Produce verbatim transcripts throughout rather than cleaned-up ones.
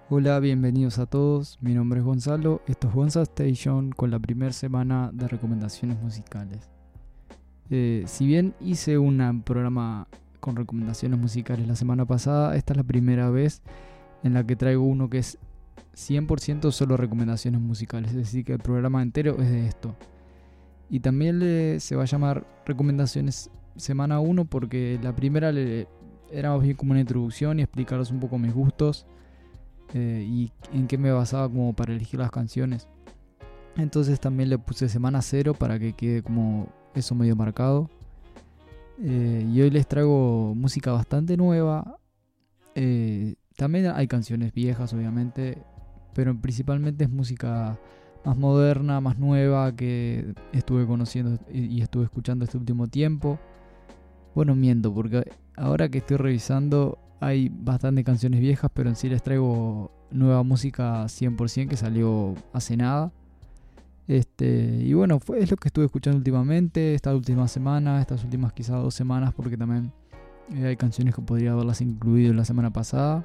Hola, bienvenidos a todos. Mi nombre es Gonzalo. Esto es Gonza Station con la primera semana de recomendaciones musicales. Eh, si bien hice un programa con recomendaciones musicales la semana pasada, esta es la primera vez en la que traigo uno que es cien por ciento solo recomendaciones musicales. Es decir, que el programa entero es de esto. Y también le, se va a llamar Recomendaciones Semana uno porque la primera le, era más bien como una introducción y explicaros un poco mis gustos. Eh, y en qué me basaba como para elegir las canciones. Entonces también le puse semana cero para que quede como eso medio marcado. Eh, y hoy les traigo música bastante nueva. Eh, también hay canciones viejas, obviamente, pero principalmente es música más moderna, más nueva que estuve conociendo y estuve escuchando este último tiempo. Bueno, miento, porque ahora que estoy revisando hay bastantes canciones viejas, pero en sí les traigo nueva música cien por ciento que salió hace nada. Este, y bueno, fue, es lo que estuve escuchando últimamente, esta última semana, estas últimas quizás dos semanas, porque también eh, hay canciones que podría haberlas incluido en la semana pasada.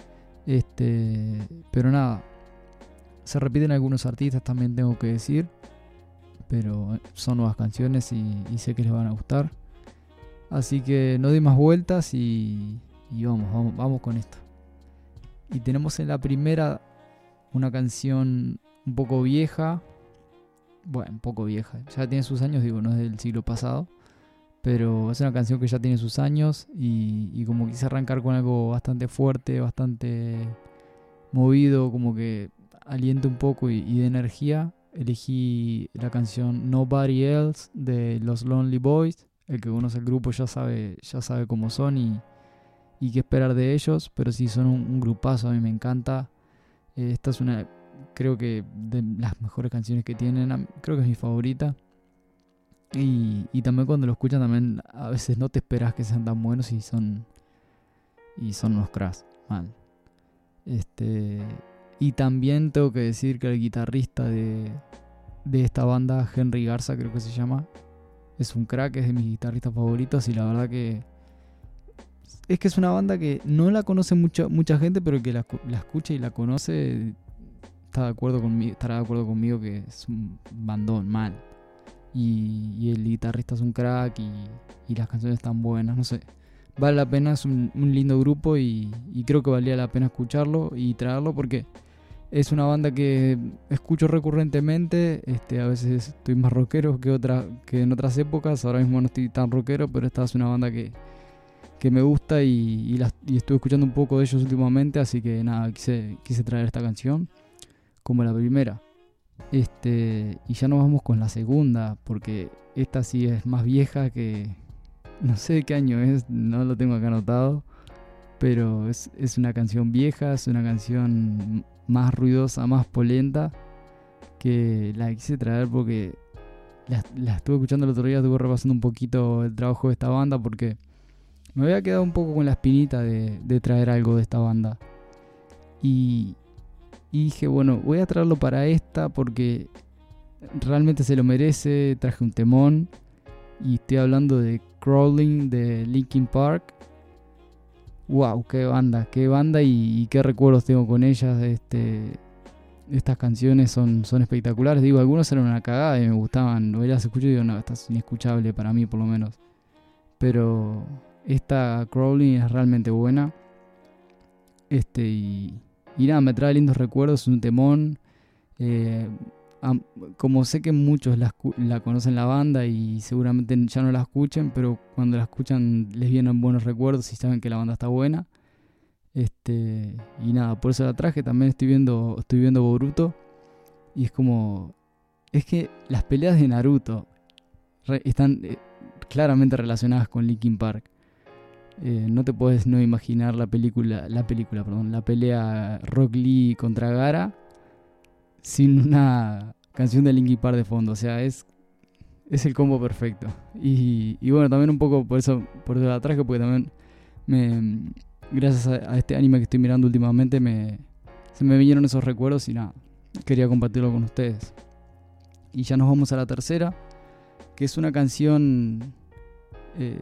Este, pero nada, se repiten algunos artistas también tengo que decir, pero son nuevas canciones y, y sé que les van a gustar. Así que no doy más vueltas y, y vamos, vamos, vamos con esto. Y tenemos en la primera una canción un poco vieja. Bueno, un poco vieja. Ya tiene sus años, digo, no es del siglo pasado. Pero es una canción que ya tiene sus años y, y como quise arrancar con algo bastante fuerte, bastante movido, como que alienta un poco y, y de energía. Elegí la canción Nobody Else de los Lonely Boys. El que conoce el grupo ya sabe, ya sabe cómo son y, y qué esperar de ellos, pero sí son un, un grupazo, a mí me encanta. Eh, esta es una, creo que de las mejores canciones que tienen, creo que es mi favorita. Y, y también cuando lo escuchan también a veces no te esperas que sean tan buenos y son y son unos cracks, man. Este, y también tengo que decir que el guitarrista de, de esta banda, Henry Garza creo que se llama, es un crack, es de mis guitarristas favoritos y la verdad que es que es una banda que no la conoce mucha, mucha gente, pero el que la, la escucha y la conoce está de acuerdo conmigo, estará de acuerdo conmigo que es un bandón, mal. Y, y el guitarrista es un crack y, y las canciones están buenas, no sé. Vale la pena, es un, un lindo grupo y, y creo que valía la pena escucharlo y traerlo porque es una banda que escucho recurrentemente. Este, a veces estoy más rockero que, otra, que en otras épocas. Ahora mismo no estoy tan rockero, pero esta es una banda que, que me gusta y, y, la, y estuve escuchando un poco de ellos últimamente. Así que nada, quise, quise traer esta canción como la primera. Este, y ya nos vamos con la segunda, porque esta sí es más vieja que... No sé de qué año es, no lo tengo acá anotado. Pero es, es una canción vieja, es una canción más ruidosa, más polenta, que la quise traer porque la, la estuve escuchando el otro día, estuve repasando un poquito el trabajo de esta banda porque me había quedado un poco con la espinita de, de traer algo de esta banda. Y, y dije, bueno, voy a traerlo para esta porque realmente se lo merece, traje un temón y estoy hablando de Crawling de Linkin Park. Wow, qué banda, qué banda y, y qué recuerdos tengo con ellas. Este, estas canciones son, son espectaculares. Digo, algunos eran una cagada y me gustaban. Hoy las escucho y digo, no, esta es inescuchable para mí por lo menos. Pero esta Crawling es realmente buena. Este y, y nada, me trae lindos recuerdos, es un temón. Eh, am- como sé que muchos la, escu- la conocen la banda y seguramente ya no la escuchen, pero cuando la escuchan les vienen buenos recuerdos y saben que la banda está buena. Este, y nada, por eso la traje. También estoy viendo, estoy viendo Boruto. Y es como. Es que las peleas de Naruto re- están eh, claramente relacionadas con Linkin Park. Eh, no te puedes no imaginar la película, la película, perdón, la pelea Rock Lee contra Gaara sin una canción de Linkin Park de fondo. O sea, es, es el combo perfecto. Y, y bueno, también un poco por eso, por eso la traje, porque también me, gracias a, a este anime que estoy mirando últimamente, me, se me vinieron esos recuerdos y nada, quería compartirlo con ustedes. Y ya nos vamos a la tercera, que es una canción eh,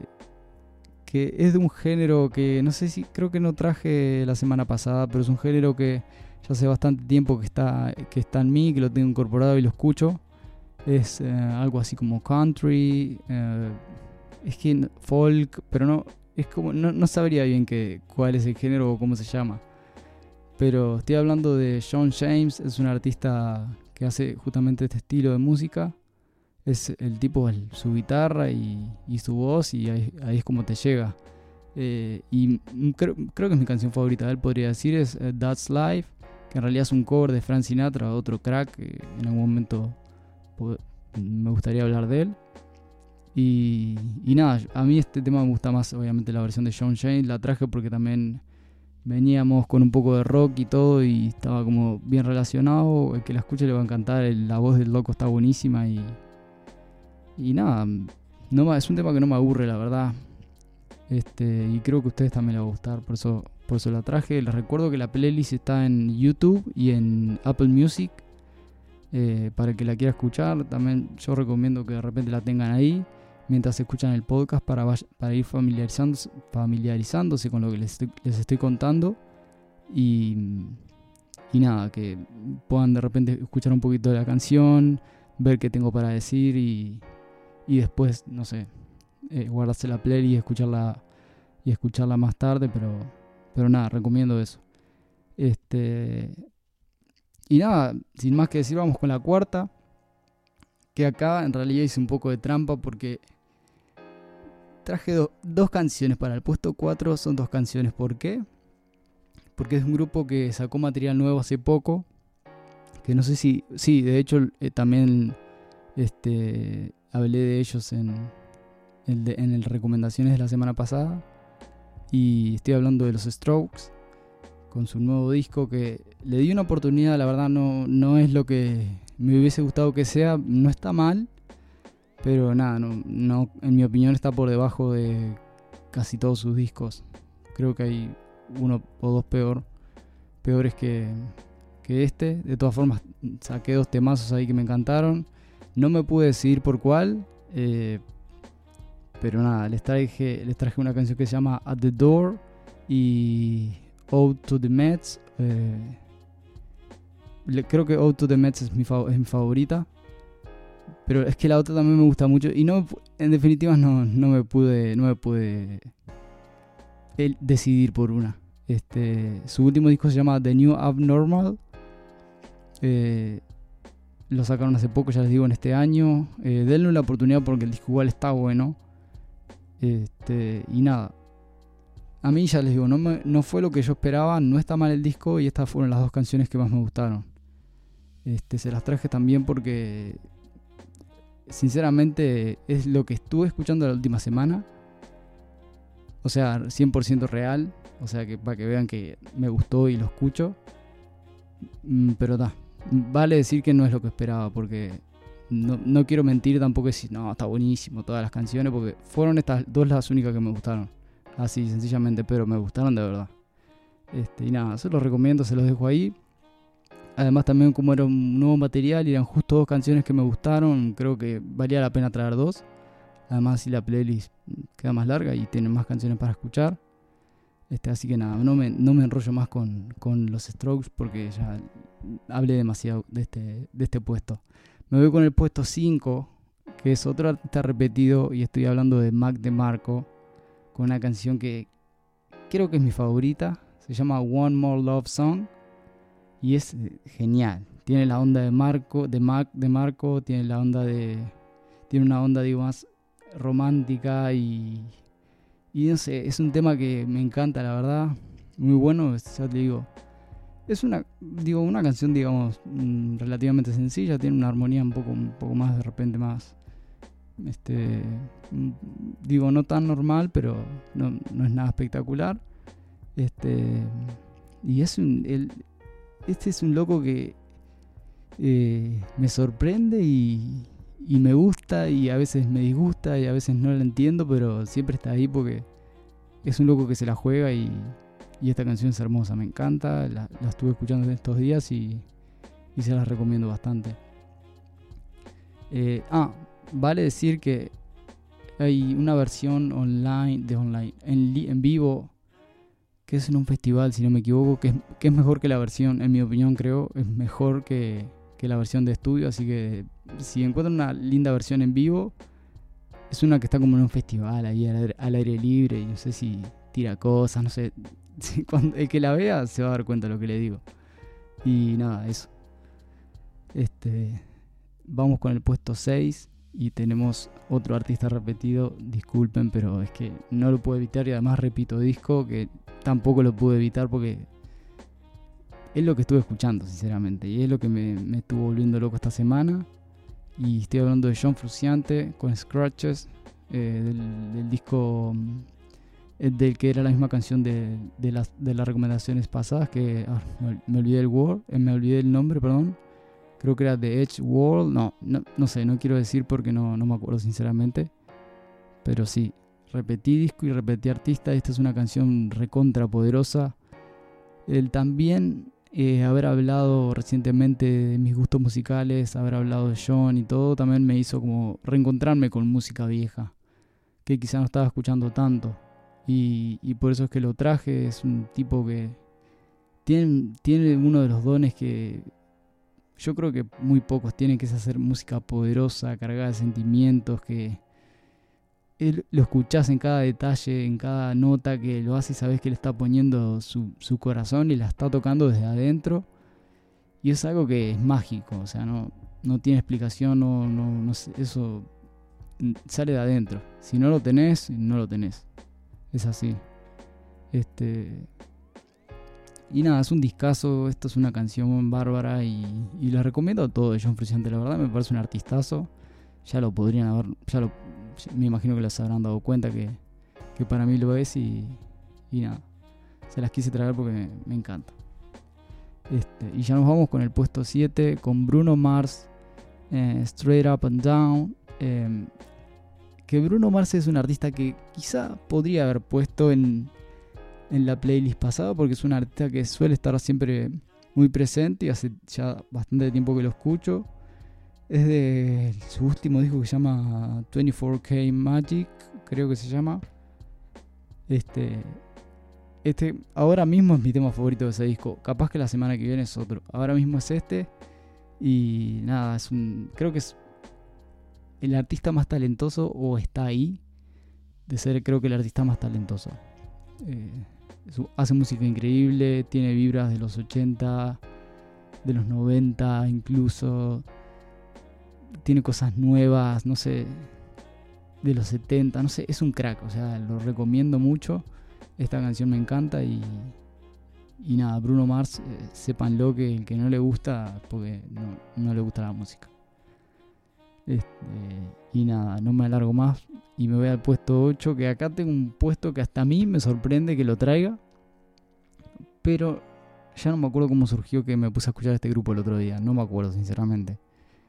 que es de un género que no sé si, creo que no traje la semana pasada, pero es un género que ya hace bastante tiempo que está, que está en mí, que lo tengo incorporado y lo escucho. Es eh, algo así como country, eh, es que folk, pero no, es como, no, no sabría bien que, cuál es el género o cómo se llama. Pero estoy hablando de Sean James, es un artista que hace justamente este estilo de música. Es el tipo, el, su guitarra y, y su voz, y ahí, ahí es como te llega. Eh, y creo, creo que es mi canción favorita de él, podría decir, es uh, That's Life, que en realidad es un cover de Frank Sinatra, otro crack, que en algún momento pod- me gustaría hablar de él. Y, y nada, a mí este tema me gusta más, obviamente, la versión de Sean James. La traje porque también veníamos con un poco de rock y todo, y estaba como bien relacionado. El que la escuche le va a encantar, el- la voz del loco está buenísima. Y, y nada, no, ma- es un tema que no me aburre, la verdad. Este, y creo que a ustedes también les va a gustar, por eso, por eso la traje. Les recuerdo que la playlist está en YouTube y en Apple Music, eh, para el que la quiera escuchar. También yo recomiendo que de repente la tengan ahí mientras escuchan el podcast, para, vay- para ir familiarizándose, familiarizándose con lo que les estoy, les estoy contando. Y, y nada, que puedan de repente escuchar un poquito de la canción, ver qué tengo para decir, y, y después, no sé, eh, guardarse la playlist y escucharla, y escucharla más tarde. Pero, pero nada, recomiendo eso. Este, y nada, sin más que decir, vamos con la cuarta. Que acá en realidad hice un poco de trampa porque traje do- dos canciones para el puesto cuatro. Son dos canciones. ¿Por qué? Porque es un grupo que sacó material nuevo hace poco. Que no sé si... Sí, de hecho eh, también este, hablé de ellos en el, de, en el recomendaciones de la semana pasada. Y estoy hablando de los Strokes, con su nuevo disco, que le di una oportunidad. La verdad no, no es lo que me hubiese gustado que sea. No está mal, pero nada, no, no, en mi opinión está por debajo de casi todos sus discos. Creo que hay uno o dos peor, peores que, que este. De todas formas, saqué dos temazos ahí que me encantaron. No me pude decidir por cuál, eh, pero nada, les traje, les traje una canción que se llama At the Door y Ode to the Mets. Eh, le, creo que Ode to the Mets es mi, fav- es mi favorita. Pero es que la otra también me gusta mucho. Y no, en definitiva no, no me pude, no me pude el- decidir por una. Este, su último disco se llama The New Abnormal. Eh, lo sacaron hace poco, ya les digo, en este año. Eh, denle una oportunidad porque el disco igual está bueno. Este, y nada. A mí ya les digo, no, me, no fue lo que yo esperaba. No está mal el disco, y estas fueron las dos canciones que más me gustaron. Este, se las traje también porque sinceramente es lo que estuve escuchando la última semana. O sea, cien por ciento real. O sea, que para que vean que me gustó y lo escucho. Mm, pero da, vale decir que no es lo que esperaba, porque no, no quiero mentir tampoco y decir, no, está buenísimo todas las canciones, porque fueron estas dos las únicas que me gustaron. Así, sencillamente, pero me gustaron de verdad. Este, y nada, se los recomiendo, se los dejo ahí. Además, también como era un nuevo material y eran justo dos canciones que me gustaron, creo que valía la pena traer dos. Además, si la playlist queda más larga y tienen más canciones para escuchar. Este, así que nada, no me, no me enrollo más con, con los Strokes porque ya hablé demasiado de este, de este puesto. Me voy con el puesto cinco, que es otro artista repetido, y estoy hablando de Mac DeMarco, con una canción que creo que es mi favorita. Se llama One More Love Song y es genial. Tiene la onda de Marco, de Mac DeMarco, tiene la onda de, tiene una onda, digo, más romántica y Y no sé, es un tema que me encanta, la verdad. Muy bueno, ya te digo. Es una, digo, una canción, digamos, mm, relativamente sencilla. Tiene una armonía un poco, un poco más, de repente, más, este, mm, digo, no tan normal, pero no, no es nada espectacular. Este, y es un, el, este es un loco que eh, me sorprende y, y me gusta, y a veces me disgusta, y a veces no lo entiendo, pero siempre está ahí porque es un loco que se la juega. Y, y esta canción es hermosa, me encanta, la, la estuve escuchando en estos días y, y se las recomiendo bastante. Eh, ah, vale decir que hay una versión online, de online, en, li, en vivo, que es en un festival, si no me equivoco, que es, que es mejor que la versión, en mi opinión creo, es mejor que, que la versión de estudio, así que si encuentran una linda versión en vivo, es una que está como en un festival ahí al, al aire libre y no sé si tira cosas, no sé, cuando el que la vea se va a dar cuenta de lo que le digo. Y nada, eso. Este, vamos con el puesto seis y tenemos otro artista repetido, disculpen, pero es que no lo puedo evitar y además repito disco que tampoco lo pude evitar porque es lo que estuve escuchando sinceramente y es lo que me, me estuvo volviendo loco esta semana. Y estoy hablando de John Frusciante con Scratches, eh, del, del disco eh, del que era la misma canción de, de, las, de las recomendaciones pasadas, que ah, me, me olvidé el word, eh, me olvidé el nombre, perdón. Creo que era The Edge World, no, no, no sé, no quiero decir porque no, no me acuerdo sinceramente. Pero sí, repetí disco y repetí artista, esta es una canción recontra poderosa. El también eh, haber hablado recientemente de mis gustos musicales, haber hablado de John y todo, también me hizo como reencontrarme con música vieja, que quizá no estaba escuchando tanto. Y, y por eso es que lo traje, es un tipo que tiene, tiene uno de los dones que yo creo que muy pocos tienen, que es hacer música poderosa, cargada de sentimientos, que él lo escuchás en cada detalle, en cada nota que lo hace y sabés que le está poniendo su, su corazón y la está tocando desde adentro. Y es algo que es mágico, o sea, no, no tiene explicación, no, no, no sé, eso sale de adentro. Si no lo tenés, no lo tenés. Es así. Este... Y nada, es un discazo, esto es una canción bárbara y, y la recomiendo a todo de John Frusciante, la verdad me parece un artistazo. Ya lo podrían haber, ya lo, me imagino que les habrán dado cuenta que, que para mí lo es y, y nada, se las quise traer porque me, me encanta. Este, y ya nos vamos con el puesto siete, con Bruno Mars, eh, Straight Up and Down. Eh, que Bruno Mars es un artista que quizá podría haber puesto en... en la playlist pasada porque es un artista que suele estar siempre muy presente y hace ya bastante tiempo que lo escucho. Es de su último disco que se llama veinticuatro K Magic, creo que se llama. Este, este ahora mismo es mi tema favorito de ese disco. Capaz que la semana que viene es otro. Ahora mismo es este. Y nada, es un, creo que es el artista más talentoso, o está ahí de ser, creo que el artista más talentoso. Eh, hace música increíble, tiene vibras de los ochenta, de los noventa incluso, tiene cosas nuevas, no sé, de los setenta, no sé, es un crack, o sea, lo recomiendo mucho. Esta canción me encanta y, y nada, Bruno Mars, eh, sépanlo que el que no le gusta, porque no, no le gusta la música. Este, y nada, no me alargo más y me voy al puesto ocho, que acá tengo un puesto que hasta a mí me sorprende que lo traiga, pero ya no me acuerdo cómo surgió que me puse a escuchar este grupo el otro día, no me acuerdo sinceramente,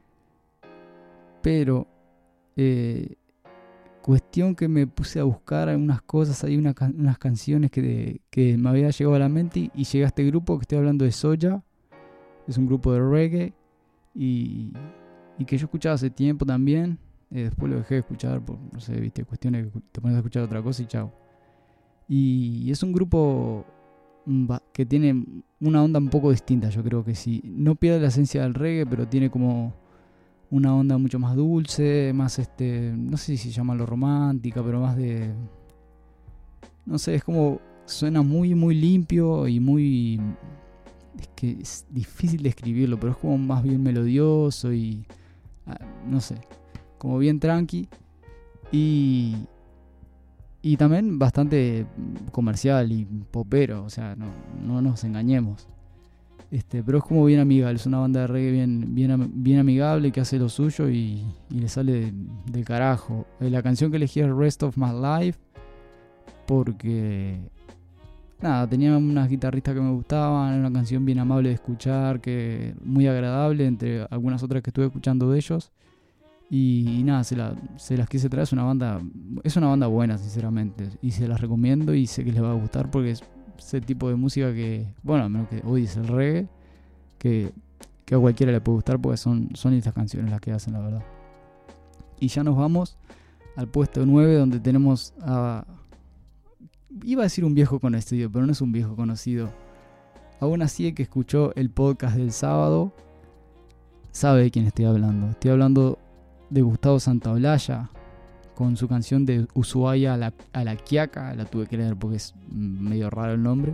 pero eh, cuestión que me puse a buscar unas cosas, hay una, unas canciones que, de, que me había llegado a la mente y, y llegué a este grupo que estoy hablando de Soya, es un grupo de reggae y... y que yo escuchaba hace tiempo también, eh, después lo dejé de escuchar por, no sé, viste, cuestiones que te pones a escuchar otra cosa y chao. Y es un grupo que tiene una onda un poco distinta, yo creo que sí. No pierde la esencia del reggae, pero tiene como una onda mucho más dulce, más este, no sé si se llama lo romántica, pero más de, no sé, es como, suena muy, muy limpio y muy, es que es difícil de escribirlo, pero es como más bien melodioso y no sé, como bien tranqui y y también bastante comercial y popero, o sea, no, no nos engañemos, este, pero es como bien amigable, es una banda de reggae bien, bien, bien amigable que hace lo suyo y, y le sale de, del carajo. La canción que elegí es Rest of My Life porque nada, tenía unas guitarristas que me gustaban, era una canción bien amable de escuchar, que muy agradable entre algunas otras que estuve escuchando de ellos. Y, y nada, se, la, se las quise traer, es una banda, es una banda buena sinceramente, y se las recomiendo y sé que les va a gustar porque es ese tipo de música que, bueno, a menos que odies el reggae, que, que a cualquiera le puede gustar porque son, son estas canciones las que hacen, la verdad. Y ya nos vamos al puesto nueve donde tenemos a iba a decir un viejo conocido, pero no es un viejo conocido. Aún así, el que escuchó el podcast del sábado sabe de quién estoy hablando. Estoy hablando de Gustavo Santaolalla, con su canción de Ushuaia a la, a la Quiaca. La tuve que leer porque es medio raro el nombre.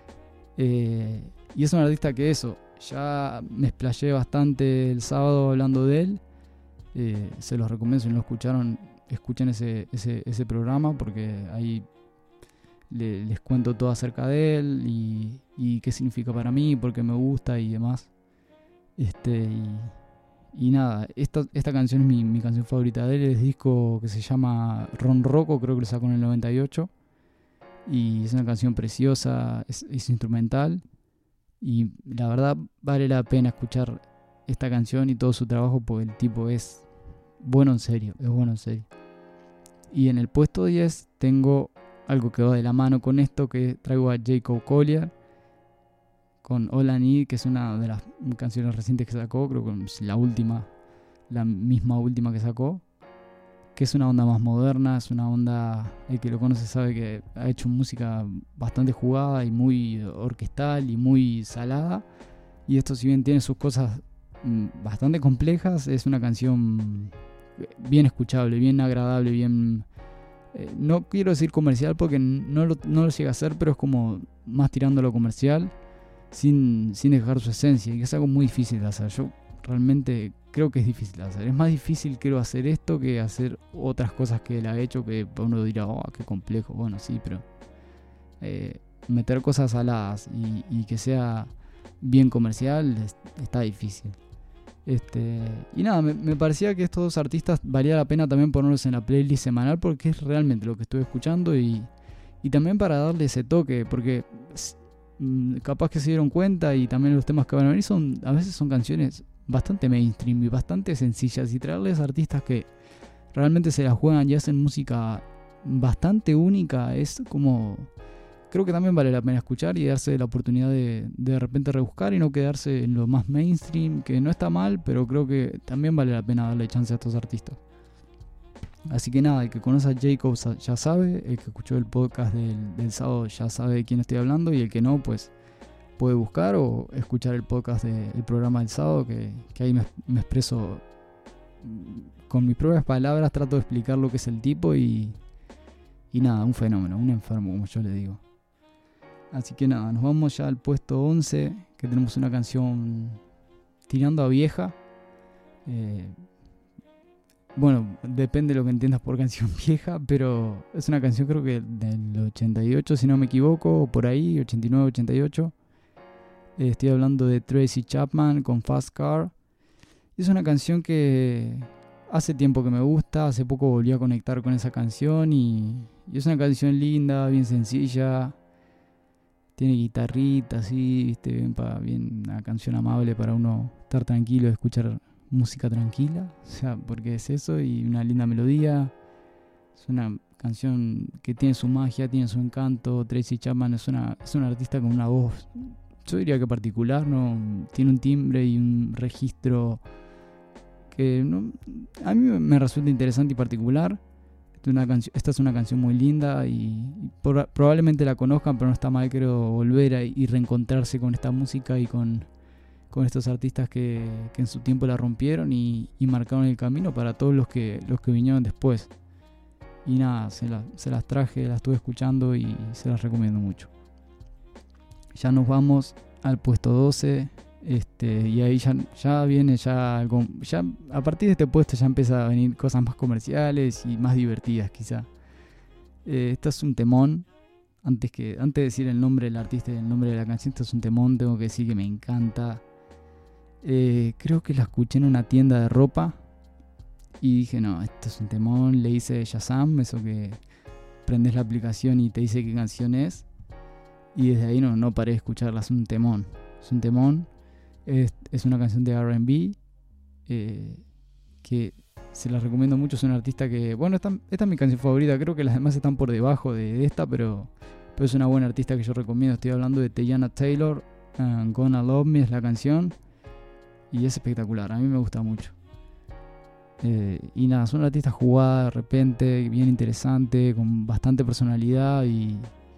Eh, y es un artista que eso, ya me explayé bastante el sábado hablando de él. Eh, se los recomiendo, si no lo escucharon, escuchen ese, ese, ese programa, porque ahí le, les cuento todo acerca de él y, y qué significa para mí, por qué me gusta y demás. Este, y, y nada, esta, esta canción es mi, mi canción favorita de él. Es disco que se llama Ron Rocco, creo que lo sacó en el noventa y ocho. Y es una canción preciosa, es, es instrumental. Y la verdad vale la pena escuchar esta canción y todo su trabajo, porque el tipo es bueno en serio, es bueno en serio. Y en el puesto diez tengo algo que va de la mano con esto, que traigo a Jacob Collier con All I Need, que es una de las canciones recientes que sacó, creo que es la última, la misma última que sacó, que es una onda más moderna, es una onda, el que lo conoce sabe que ha hecho música bastante jugada y muy orquestal y muy salada, y esto, si bien tiene sus cosas bastante complejas, es una canción bien escuchable, bien agradable, bien... Eh, no quiero decir comercial porque no lo, no lo llega a ser, pero es como más tirando a lo comercial, sin, sin dejar su esencia, y es algo muy difícil de hacer. Yo realmente creo que es difícil de hacer. Es más difícil, creo, hacer esto que hacer otras cosas que él ha hecho, que uno dirá, oh, qué complejo. Bueno, sí, pero eh, meter cosas saladas y, y que sea bien comercial es, está difícil. Este, y nada, me, me parecía que estos dos artistas valía la pena también ponerlos en la playlist semanal, porque es realmente lo que estuve escuchando, y, y también para darle ese toque, porque capaz que se dieron cuenta, y también los temas que van a venir son, a veces son canciones bastante mainstream y bastante sencillas, y traerles artistas que realmente se la juegan y hacen música bastante única es como, creo que también vale la pena escuchar y darse la oportunidad de de repente rebuscar y no quedarse en lo más mainstream, que no está mal, pero creo que también vale la pena darle chance a estos artistas. Así que nada, el que conoce a Jacob ya sabe, el que escuchó el podcast del, del sábado ya sabe de quién estoy hablando, y el que no, pues puede buscar o escuchar el podcast del programa del sábado, que, que ahí me, me expreso con mis propias palabras, trato de explicar lo que es el tipo, y, y nada, un fenómeno, un enfermo, como yo le digo. Así que nada, nos vamos ya al puesto once, que tenemos una canción tirando a vieja. Eh, bueno, depende de lo que entiendas por canción vieja, pero es una canción, creo que del ochenta y ocho, si no me equivoco, o por ahí, ochenta y nueve, ochenta y ocho. Eh, estoy hablando de Tracy Chapman con Fast Car. Es una canción que hace tiempo que me gusta, hace poco volví a conectar con esa canción, y, y es una canción linda, bien sencilla. Tiene guitarrita, así, viste, bien, pa, bien, una canción amable para uno estar tranquilo y escuchar música tranquila, o sea, porque es eso, y una linda melodía. Es una canción que tiene su magia, tiene su encanto. Tracy Chapman es una, es una artista con una voz, yo diría que particular, ¿no? Tiene un timbre y un registro que no, a mí me resulta interesante y particular. Una canción, esta es una canción muy linda, y, y por, probablemente la conozcan, pero no está mal, creo, volver a, y reencontrarse con esta música y con, con estos artistas que, que en su tiempo la rompieron y, y marcaron el camino para todos los que, los que vinieron después. Y nada, se, la, se las traje, las estuve escuchando y se las recomiendo mucho. Ya nos vamos al puesto doce. Este, y ahí ya, ya viene ya algo, ya a partir de este puesto ya empieza a venir cosas más comerciales y más divertidas, quizá. Eh, esto es un temón. Antes que antes de decir el nombre del artista y el nombre de la canción, esto es un temón, tengo que decir que me encanta. Eh, creo que la escuché en una tienda de ropa y dije, no, esto es un temón. Le hice Shazam, eso que prendes la aplicación y te dice qué canción es, y desde ahí no, no paré de escucharla. Es un temón, es un temón. Es, es una canción de R and B, eh, que se la recomiendo mucho. Es un artista que, bueno, esta, esta es mi canción favorita. Creo que las demás están por debajo de, de esta, pero, pero es una buena artista que yo recomiendo. Estoy hablando de Teyana Taylor. uh, Gonna Love Me es la canción, y es espectacular, a mí me gusta mucho. Eh, y nada, es una artista jugada de repente, bien interesante, con bastante personalidad, y,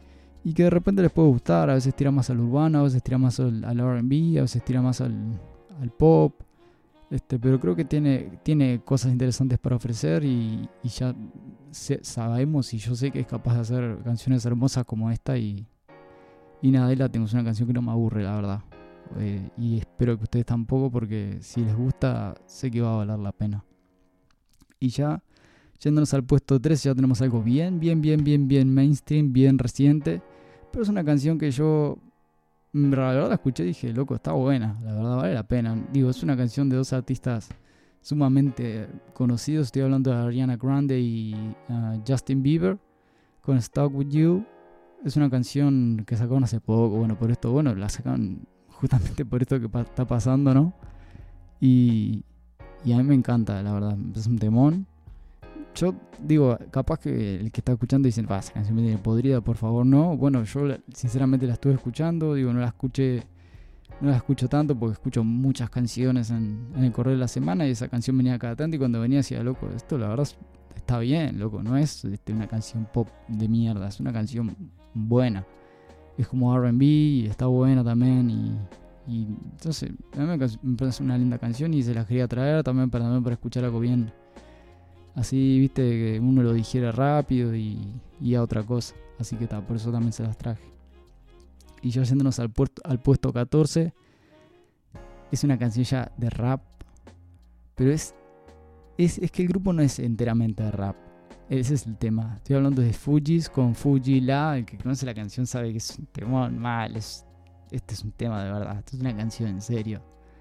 y que de repente les puede gustar. A veces tira más al urbano, a veces tira más al, al R and B, a veces tira más al, al pop. Este, pero creo que tiene, tiene cosas interesantes para ofrecer y, y ya se, sabemos y yo sé que es capaz de hacer canciones hermosas como esta y, y nada, ahí la tengo, es una canción que no me aburre, la verdad. Eh, y espero que ustedes tampoco, porque si les gusta sé que va a valer la pena. Y ya yéndonos al puesto tres, ya tenemos algo bien, bien, bien, bien, bien mainstream, bien reciente, pero es una canción que yo la verdad la escuché y dije, loco, está buena, la verdad vale la pena. Digo, es una canción de dos artistas sumamente conocidos, estoy hablando de Ariana Grande y uh, Justin Bieber con Stuck With You. Es una canción que sacaron hace poco, bueno, por esto, bueno, la sacaron justamente por esto que pa- está pasando, ¿no? Y, y a mí me encanta, la verdad, es un temón. Yo digo, capaz que el que está escuchando dice, va, esa canción me tiene podrida, por favor, no. Bueno, yo sinceramente la estuve escuchando, digo, no la escuché, no la escucho tanto porque escucho muchas canciones en, en el correo de la semana y esa canción venía cada tanto y cuando venía decía, loco, esto la verdad está bien, loco, no es este, una canción pop de mierda, es una canción buena. Es como R and B y está buena también y, y entonces a mí me parece una linda canción y se la quería traer también para, también para escuchar algo bien. Así, viste, que uno lo digiere rápido y, y a otra cosa. Así que está, por eso también se las traje. Y ya yéndonos al, puerto, al puesto catorce, es una canción ya de rap. Pero es, es, es que el grupo no es enteramente de rap. Ese es el tema. Estoy hablando de Fujis con Fuji La. El que conoce la canción sabe que es un temón mal. Es, este es un tema de verdad. Esto es una canción en serio.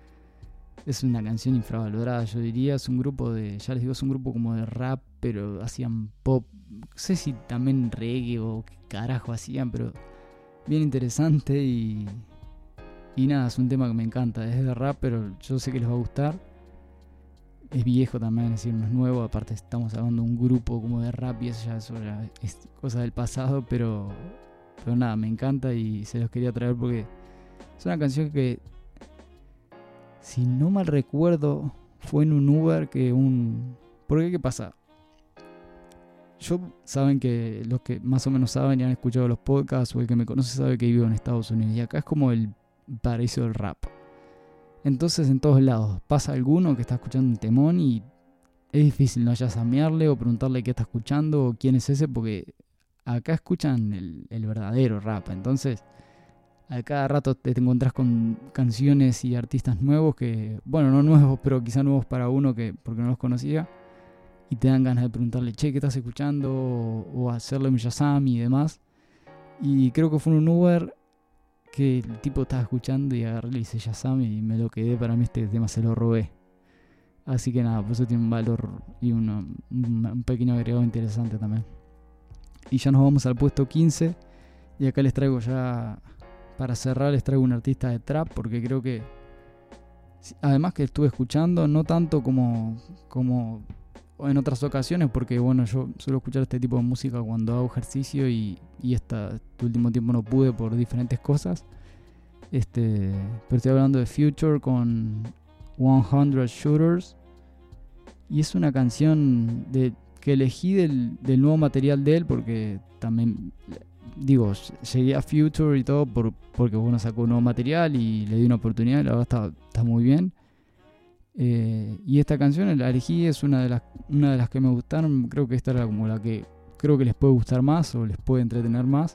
Es una canción infravalorada, yo diría. Es un grupo de, ya les digo, es un grupo como de rap, pero hacían pop. No sé si también reggae o qué carajo hacían, pero bien interesante y, y nada, es un tema que me encanta. Es de rap, pero yo sé que les va a gustar. Es viejo también, es decir, no es nuevo. Aparte estamos hablando de un grupo como de rap y eso ya, eso ya es cosa del pasado, pero, pero nada, me encanta y se los quería traer porque es una canción que, si no mal recuerdo, fue en un Uber que un... ¿Por qué? ¿Qué pasa? Yo, saben que los que más o menos saben y han escuchado los podcasts o el que me conoce sabe que vivo en Estados Unidos y acá es como el paraíso del rap. Entonces en todos lados pasa alguno que está escuchando un temón y es difícil no llamarle o preguntarle qué está escuchando o quién es ese, porque acá escuchan el, el verdadero rap. Entonces a cada rato te encontrás con canciones y artistas nuevos que, bueno, no nuevos, pero quizá nuevos para uno que porque no los conocía. Y te dan ganas de preguntarle, che, ¿qué estás escuchando? O, o hacerle un Shazam y demás. Y creo que fue un Uber que el tipo estaba escuchando y agarré y le hice Shazam y me lo quedé. Para mí este tema se lo robé. Así que nada, por eso tiene un valor y uno, un pequeño agregado interesante también. Y ya nos vamos al puesto quince. Y acá les traigo ya... Para cerrar les traigo un artista de trap porque creo que, además que estuve escuchando, no tanto como, como en otras ocasiones, porque bueno, yo suelo escuchar este tipo de música cuando hago ejercicio y, y esta, este último tiempo no pude por diferentes cosas. Este, pero estoy hablando de Future con cien Shooters y es una canción de, que elegí del, del nuevo material de él porque también... Digo, llegué a Future y todo por, porque bueno, sacó un nuevo material y le di una oportunidad, la verdad está, está muy bien. Eh, y esta canción la elegí, es una de las una de las que me gustaron. Creo que esta era como la que creo que les puede gustar más o les puede entretener más.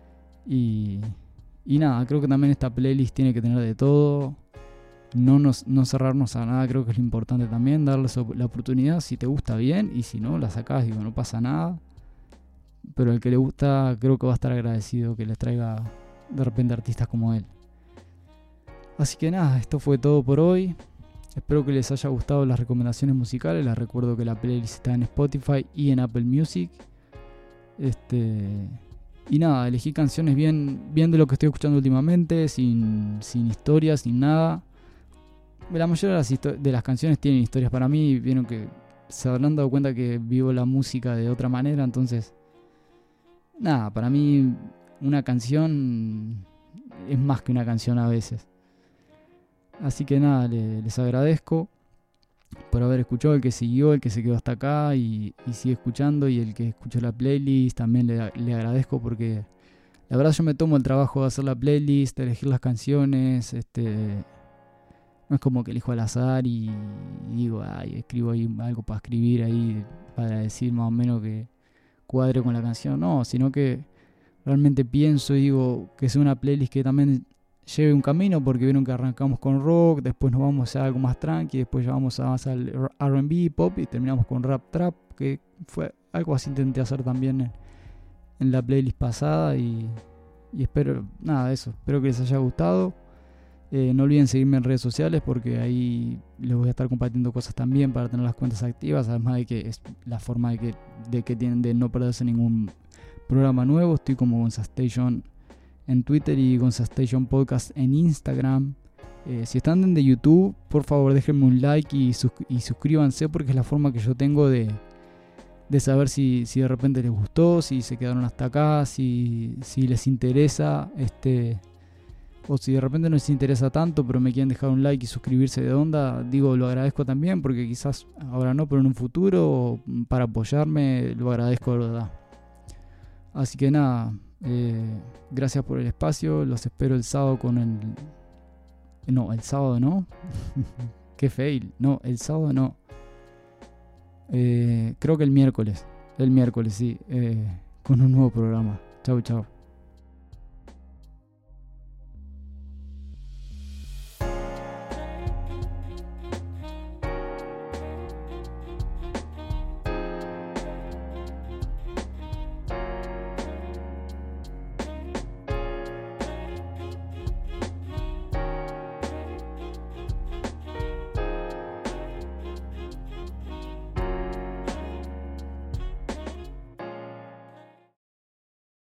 Y, y nada, creo que también esta playlist tiene que tener de todo. No, nos, no cerrarnos a nada, creo que es lo importante también, darles la oportunidad. Si te gusta bien y si no, la sacás, digo, no pasa nada. Pero el que le gusta creo que va a estar agradecido que les traiga de repente artistas como él. Así que nada, esto fue todo por hoy. Espero que les haya gustado las recomendaciones musicales. Les recuerdo que la playlist está en Spotify y en Apple Music. Este y nada, elegí canciones bien, bien de lo que estoy escuchando últimamente, sin, sin historias, sin nada. La mayoría de las, histo- de las canciones tienen historias para mí. Vieron que se habrán dado cuenta que vivo la música de otra manera, entonces... Nada, para mí una canción es más que una canción a veces. Así que nada, le, les agradezco por haber escuchado, el que siguió, el que se quedó hasta acá y, y sigue escuchando, y el que escuchó la playlist también le, le agradezco porque la verdad yo me tomo el trabajo de hacer la playlist, de elegir las canciones, este, no es como que elijo al azar y, y digo, ay, escribo ahí algo para escribir ahí, para decir más o menos que cuadre con la canción, no, sino que realmente pienso y digo que sea una playlist que también lleve un camino, porque vieron que arrancamos con rock, después nos vamos a algo más tranqui, después ya vamos a más al R and B, pop y terminamos con rap trap, que fue algo así intenté hacer también en, en la playlist pasada y, y espero, nada, eso, espero que les haya gustado. Eh, no olviden seguirme en redes sociales porque ahí les voy a estar compartiendo cosas también para tener las cuentas activas, además de que es la forma de que, de que tienen de no perderse ningún programa nuevo. Estoy como Gonza Station en Twitter y Gonza Station Podcast en Instagram. Eh, si están de YouTube, por favor déjenme un like y, sus- y suscríbanse, porque es la forma que yo tengo de, de saber si, si de repente les gustó, si se quedaron hasta acá, si, si les interesa, este, o si de repente no les interesa tanto, pero me quieren dejar un like y suscribirse de onda. Digo, lo agradezco también, porque quizás ahora no, pero en un futuro, para apoyarme, lo agradezco de verdad. Así que nada, eh, gracias por el espacio. Los espero el sábado con el... No, el sábado no. Qué fail. No, el sábado no. Eh, creo que el miércoles. El miércoles, sí. Eh, con un nuevo programa. Chau, chau.